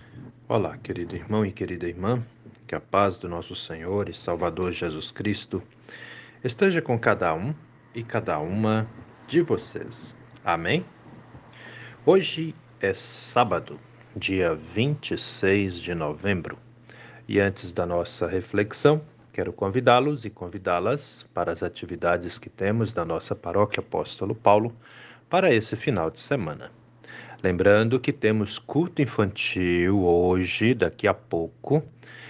Olá, querido irmão e querida irmã, que a paz do nosso Senhor e Salvador Jesus Cristo esteja com cada um e cada uma de vocês. Amém? Hoje é sábado, dia 26 de novembro, e antes da nossa reflexão, quero convidá-los e convidá-las para as atividades que temos da nossa paróquia Apóstolo Paulo para esse final de semana. Lembrando que temos culto infantil hoje, daqui a pouco,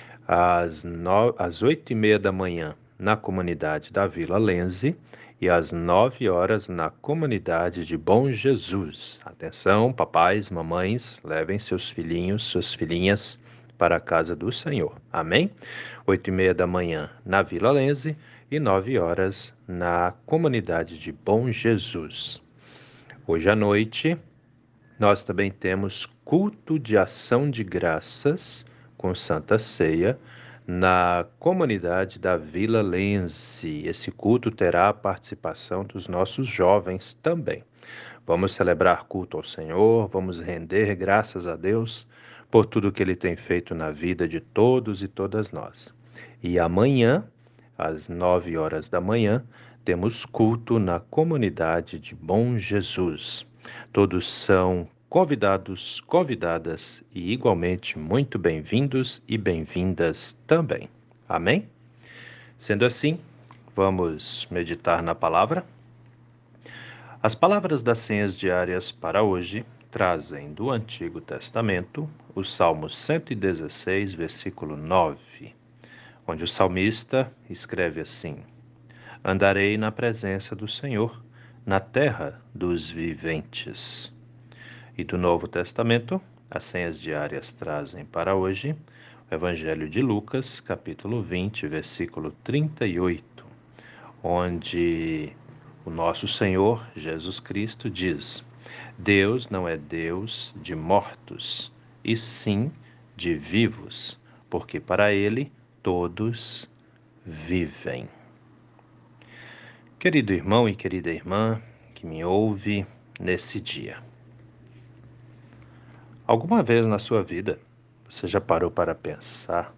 às 8h30 da manhã, na comunidade da Vila Lense e às 9 horas na comunidade de Bom Jesus. Atenção, papais, mamães, levem seus filhinhos, suas filhinhas para a casa do Senhor. Amém? 8h30 da manhã na Vila Lense e 9 horas na comunidade de Bom Jesus. Hoje à noite, nós também temos culto de ação de graças com Santa Ceia na comunidade da Vila Lense. Esse culto terá a participação dos nossos jovens também. Vamos celebrar culto ao Senhor, vamos render graças a Deus por tudo que Ele tem feito na vida de todos e todas nós. E amanhã, às 9 horas da manhã, temos culto na comunidade de Bom Jesus. Todos são convidados, convidadas e igualmente muito bem-vindos e bem-vindas também. Amém? Sendo assim, vamos meditar na palavra. As palavras das senhas diárias para hoje trazem do Antigo Testamento o Salmo 116, versículo 9, onde o salmista escreve assim: Andarei na presença do Senhor, na terra dos viventes. E do Novo Testamento, as senhas diárias trazem para hoje o Evangelho de Lucas, capítulo 20, versículo 38, onde o nosso Senhor Jesus Cristo diz: Deus não é Deus de mortos, e sim de vivos, porque para Ele todos vivem. Querido irmão e querida irmã que me ouve nesse dia, alguma vez na sua vida você já parou para pensar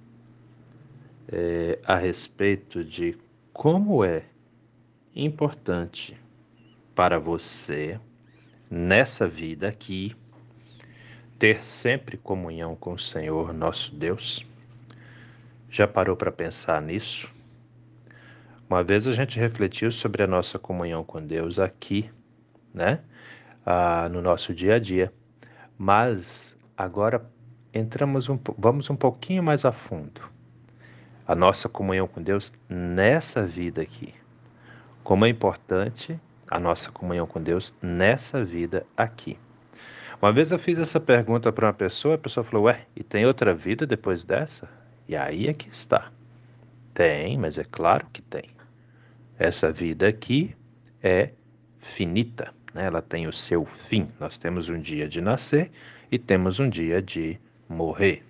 a respeito de como é importante para você, nessa vida aqui, ter sempre comunhão com o Senhor nosso Deus? Já parou para pensar nisso? Uma vez a gente refletiu sobre a nossa comunhão com Deus aqui, né? No nosso dia a dia. Mas agora vamos um pouquinho mais a fundo. A nossa comunhão com Deus nessa vida aqui. Como é importante a nossa comunhão com Deus nessa vida aqui. Uma vez eu fiz essa pergunta para uma pessoa, a pessoa falou: ué, e tem outra vida depois dessa? E aí é que está. Tem, mas é claro que tem. Essa vida aqui é finita, né? Ela tem o seu fim. Nós temos um dia de nascer e temos um dia de morrer.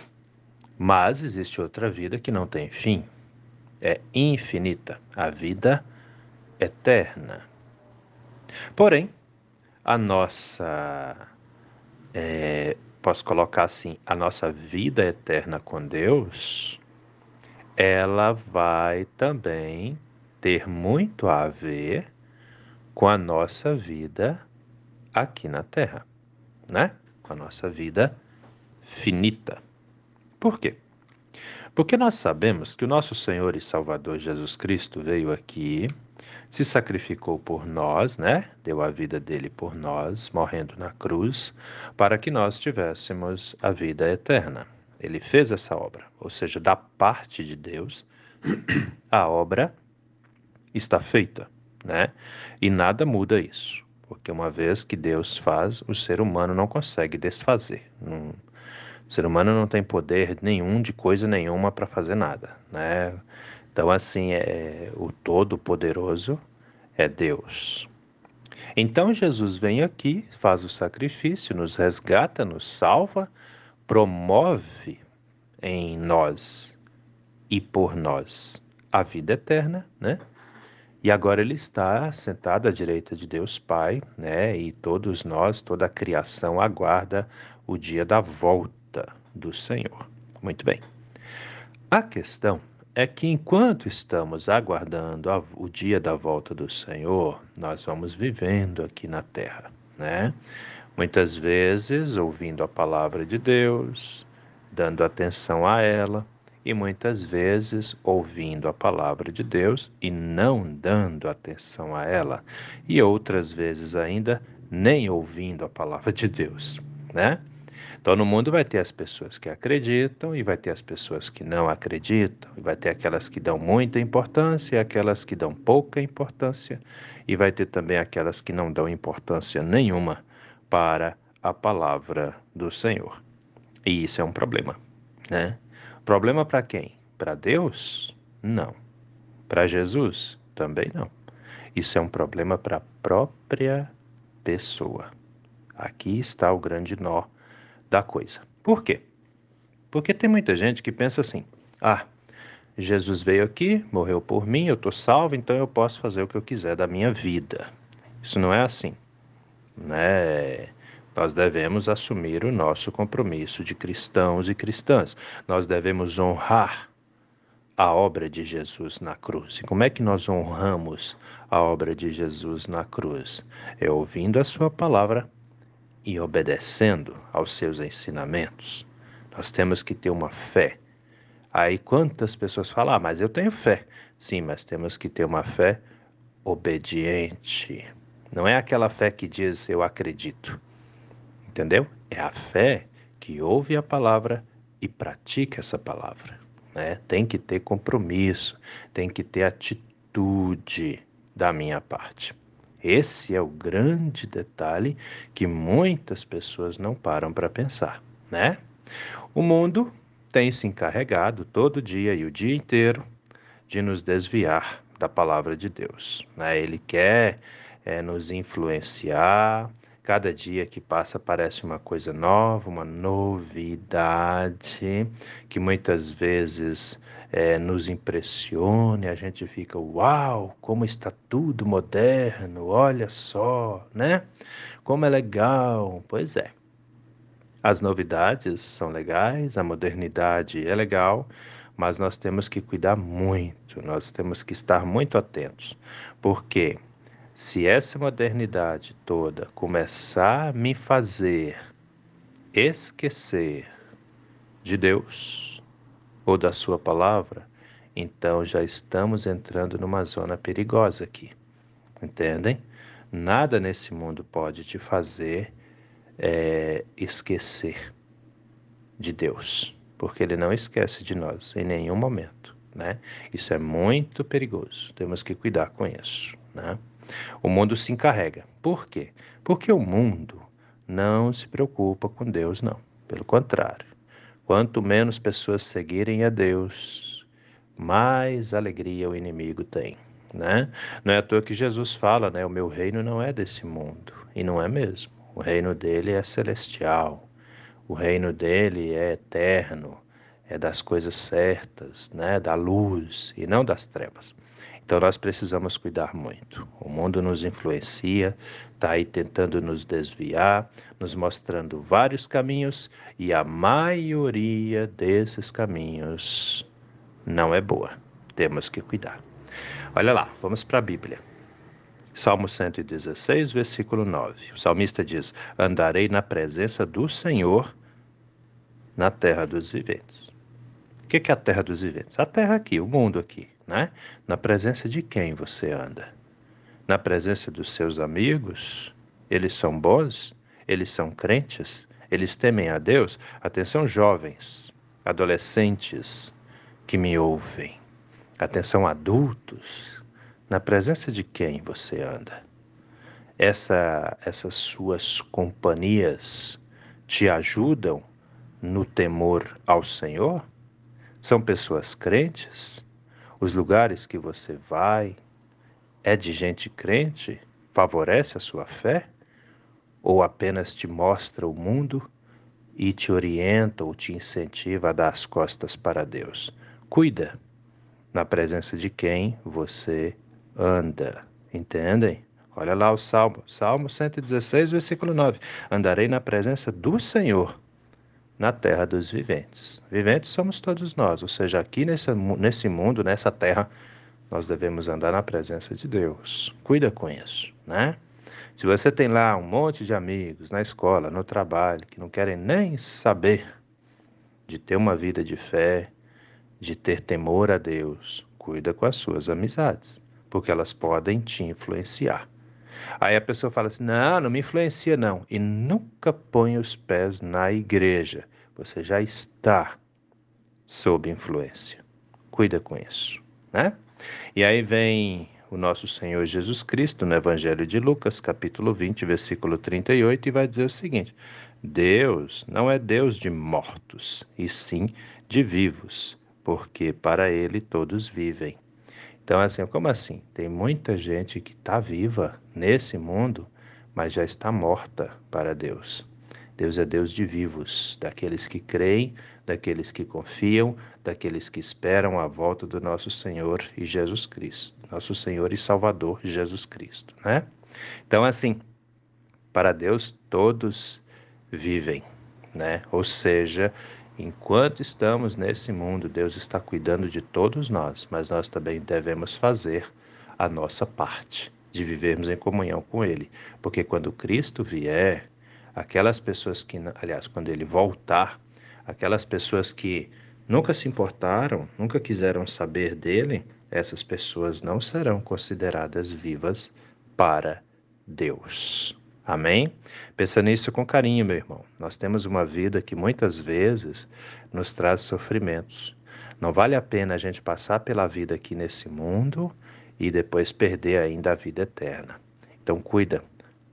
Mas existe outra vida que não tem fim. É infinita, a vida eterna. Porém, a nossa, posso colocar assim, a nossa vida eterna com Deus, ela vai também ter muito a ver com a nossa vida aqui na Terra, né? Com a nossa vida finita. Por quê? Porque nós sabemos que o nosso Senhor e Salvador Jesus Cristo veio aqui, se sacrificou por nós, né? Deu a vida dele por nós, morrendo na cruz, para que nós tivéssemos a vida eterna. Ele fez essa obra, ou seja, da parte de Deus, a obra está feita, né? E nada muda isso, porque uma vez que Deus faz, o ser humano não consegue desfazer. O ser humano não tem poder nenhum de coisa nenhuma para fazer nada, né? Então, assim, o Todo-Poderoso é Deus. Então, Jesus vem aqui, faz o sacrifício, nos resgata, nos salva, promove em nós e por nós a vida eterna, né? E agora ele está sentado à direita de Deus Pai, né? E todos nós, toda a criação aguarda o dia da volta do Senhor. Muito bem. A questão é que enquanto estamos aguardando o dia da volta do Senhor, nós vamos vivendo aqui na terra, né? Muitas vezes ouvindo a palavra de Deus, dando atenção a ela, e muitas vezes ouvindo a palavra de Deus e não dando atenção a ela, e outras vezes ainda nem ouvindo a palavra de Deus, né? Então, no mundo vai ter as pessoas que acreditam e vai ter as pessoas que não acreditam, e vai ter aquelas que dão muita importância e aquelas que dão pouca importância, e vai ter também aquelas que não dão importância nenhuma para a palavra do Senhor. E isso é um problema, né? Problema para quem? Para Deus? Não. Para Jesus? Também não. Isso é um problema para a própria pessoa. Aqui está o grande nó da coisa. Por quê? Porque tem muita gente que pensa assim: ah, Jesus veio aqui, morreu por mim, eu estou salvo, então eu posso fazer o que eu quiser da minha vida. Isso não é assim, né? Nós devemos assumir o nosso compromisso de cristãos e cristãs. Nós devemos honrar a obra de Jesus na cruz. E como é que nós honramos a obra de Jesus na cruz? É ouvindo a sua palavra e obedecendo aos seus ensinamentos. Nós temos que ter uma fé. Aí quantas pessoas falam, mas eu tenho fé. Sim, mas temos que ter uma fé obediente. Não é aquela fé que diz eu acredito. Entendeu? É a fé que ouve a palavra e pratica essa palavra, né? Tem que ter compromisso, tem que ter atitude da minha parte. Esse é o grande detalhe que muitas pessoas não param para pensar, né? O mundo tem se encarregado todo dia e o dia inteiro de nos desviar da palavra de Deus, né? Ele quer nos influenciar. Cada dia que passa parece uma coisa nova, uma novidade, que muitas vezes nos impressiona, a gente fica, uau, como está tudo moderno, olha só, né? Como é legal. Pois é, as novidades são legais, a modernidade é legal, mas nós temos que cuidar muito, nós temos que estar muito atentos, porque se essa modernidade toda começar a me fazer esquecer de Deus ou da Sua palavra, então já estamos entrando numa zona perigosa aqui, entendem? Nada nesse mundo pode te fazer esquecer de Deus, porque Ele não esquece de nós em nenhum momento, né? Isso é muito perigoso, temos que cuidar com isso, né? O mundo se encarrega. Por quê? Porque o mundo não se preocupa com Deus, não. Pelo contrário, quanto menos pessoas seguirem a Deus, mais alegria o inimigo tem, né? Não é à toa que Jesus fala, né? O meu reino não é desse mundo, e não é mesmo. O reino dele é celestial. O reino dele é eterno, é das coisas certas, né? Da luz e não das trevas. Então nós precisamos cuidar muito. O mundo nos influencia, está aí tentando nos desviar, nos mostrando vários caminhos e a maioria desses caminhos não é boa. Temos que cuidar. Olha lá, vamos para a Bíblia. Salmo 116, versículo 9. O salmista diz: Andarei na presença do Senhor na terra dos viventes. O que é a terra dos viventes? A terra aqui, o mundo aqui, né? Na presença de quem você anda? Na presença dos seus amigos? Eles são bons? Eles são crentes? Eles temem a Deus? Atenção, jovens, adolescentes que me ouvem. Atenção, adultos. Na presença de quem você anda? Essas suas companhias te ajudam no temor ao Senhor? São pessoas crentes? Os lugares que você vai é de gente crente? Favorece a sua fé? Ou apenas te mostra o mundo e te orienta ou te incentiva a dar as costas para Deus? Cuida na presença de quem você anda. Entendem? Olha lá o Salmo 116, versículo 9. Andarei na presença do Senhor na terra dos viventes. Viventes somos todos nós, ou seja, aqui nesse mundo, nessa terra, nós devemos andar na presença de Deus. Cuida com isso, né? Se você tem lá um monte de amigos na escola, no trabalho, que não querem nem saber de ter uma vida de fé, de ter temor a Deus, cuida com as suas amizades, porque elas podem te influenciar. Aí a pessoa fala assim: não, não me influencia não. E nunca põe os pés na igreja. Você já está sob influência. Cuida com isso, né? E aí vem o nosso Senhor Jesus Cristo no Evangelho de Lucas, capítulo 20, versículo 38, e vai dizer o seguinte: Deus não é Deus de mortos, e sim de vivos, porque para ele todos vivem. Então, assim, como assim? Tem muita gente que está viva nesse mundo, mas já está morta para Deus. Deus é Deus de vivos, daqueles que creem, daqueles que confiam, daqueles que esperam a volta do nosso Senhor e Jesus Cristo, nosso Senhor e Salvador Jesus Cristo, né? Então, assim, para Deus todos vivem, né? Ou seja, enquanto estamos nesse mundo, Deus está cuidando de todos nós, mas nós também devemos fazer a nossa parte de vivermos em comunhão com Ele, porque quando Cristo vier, aquelas pessoas que, aliás, quando Ele voltar, aquelas pessoas que nunca se importaram, nunca quiseram saber dele, essas pessoas não serão consideradas vivas para Deus. Amém? Pensa nisso com carinho, meu irmão. Nós temos uma vida que muitas vezes nos traz sofrimentos. Não vale a pena a gente passar pela vida aqui nesse mundo e depois perder ainda a vida eterna. Então cuida.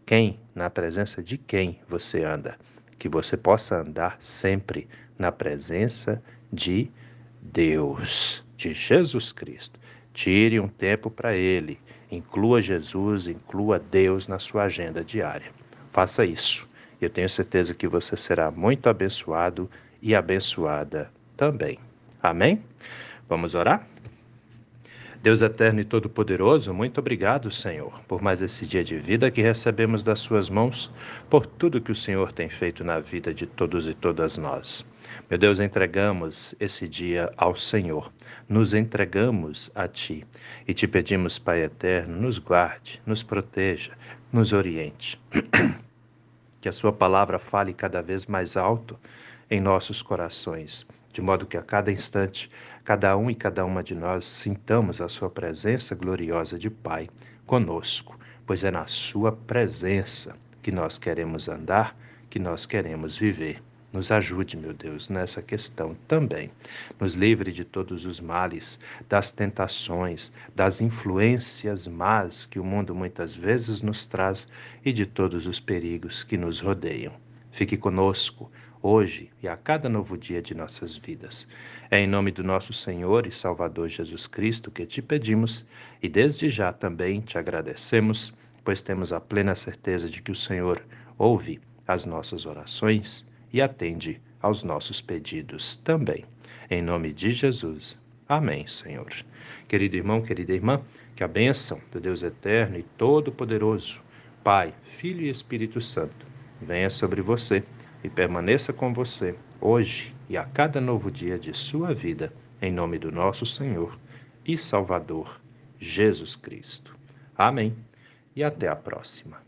Na presença de quem você anda? Que você possa andar sempre na presença de Deus, de Jesus Cristo. Tire um tempo para Ele. Inclua Jesus, inclua Deus na sua agenda diária. Faça isso. Eu tenho certeza que você será muito abençoado e abençoada também. Amém? Vamos orar? Deus eterno e todo-poderoso, muito obrigado, Senhor, por mais esse dia de vida que recebemos das Suas mãos, por tudo que o Senhor tem feito na vida de todos e todas nós. Meu Deus, entregamos esse dia ao Senhor, nos entregamos a Ti e te pedimos, Pai eterno, nos guarde, nos proteja, nos oriente. Que a Sua palavra fale cada vez mais alto em nossos corações, de modo que a cada instante, cada um e cada uma de nós sintamos a Sua presença gloriosa de Pai conosco, pois é na Sua presença que nós queremos andar, que nós queremos viver. Nos ajude, meu Deus, nessa questão também. Nos livre de todos os males, das tentações, das influências más que o mundo muitas vezes nos traz e de todos os perigos que nos rodeiam. Fique conosco hoje e a cada novo dia de nossas vidas. É em nome do nosso Senhor e Salvador Jesus Cristo que te pedimos e desde já também te agradecemos, pois temos a plena certeza de que o Senhor ouve as nossas orações e atende aos nossos pedidos também. Em nome de Jesus. Amém, Senhor. Querido irmão, querida irmã, que a bênção do Deus eterno e todo-poderoso, Pai, Filho e Espírito Santo, venha sobre você e permaneça com você hoje e a cada novo dia de sua vida, em nome do nosso Senhor e Salvador, Jesus Cristo. Amém. E até a próxima.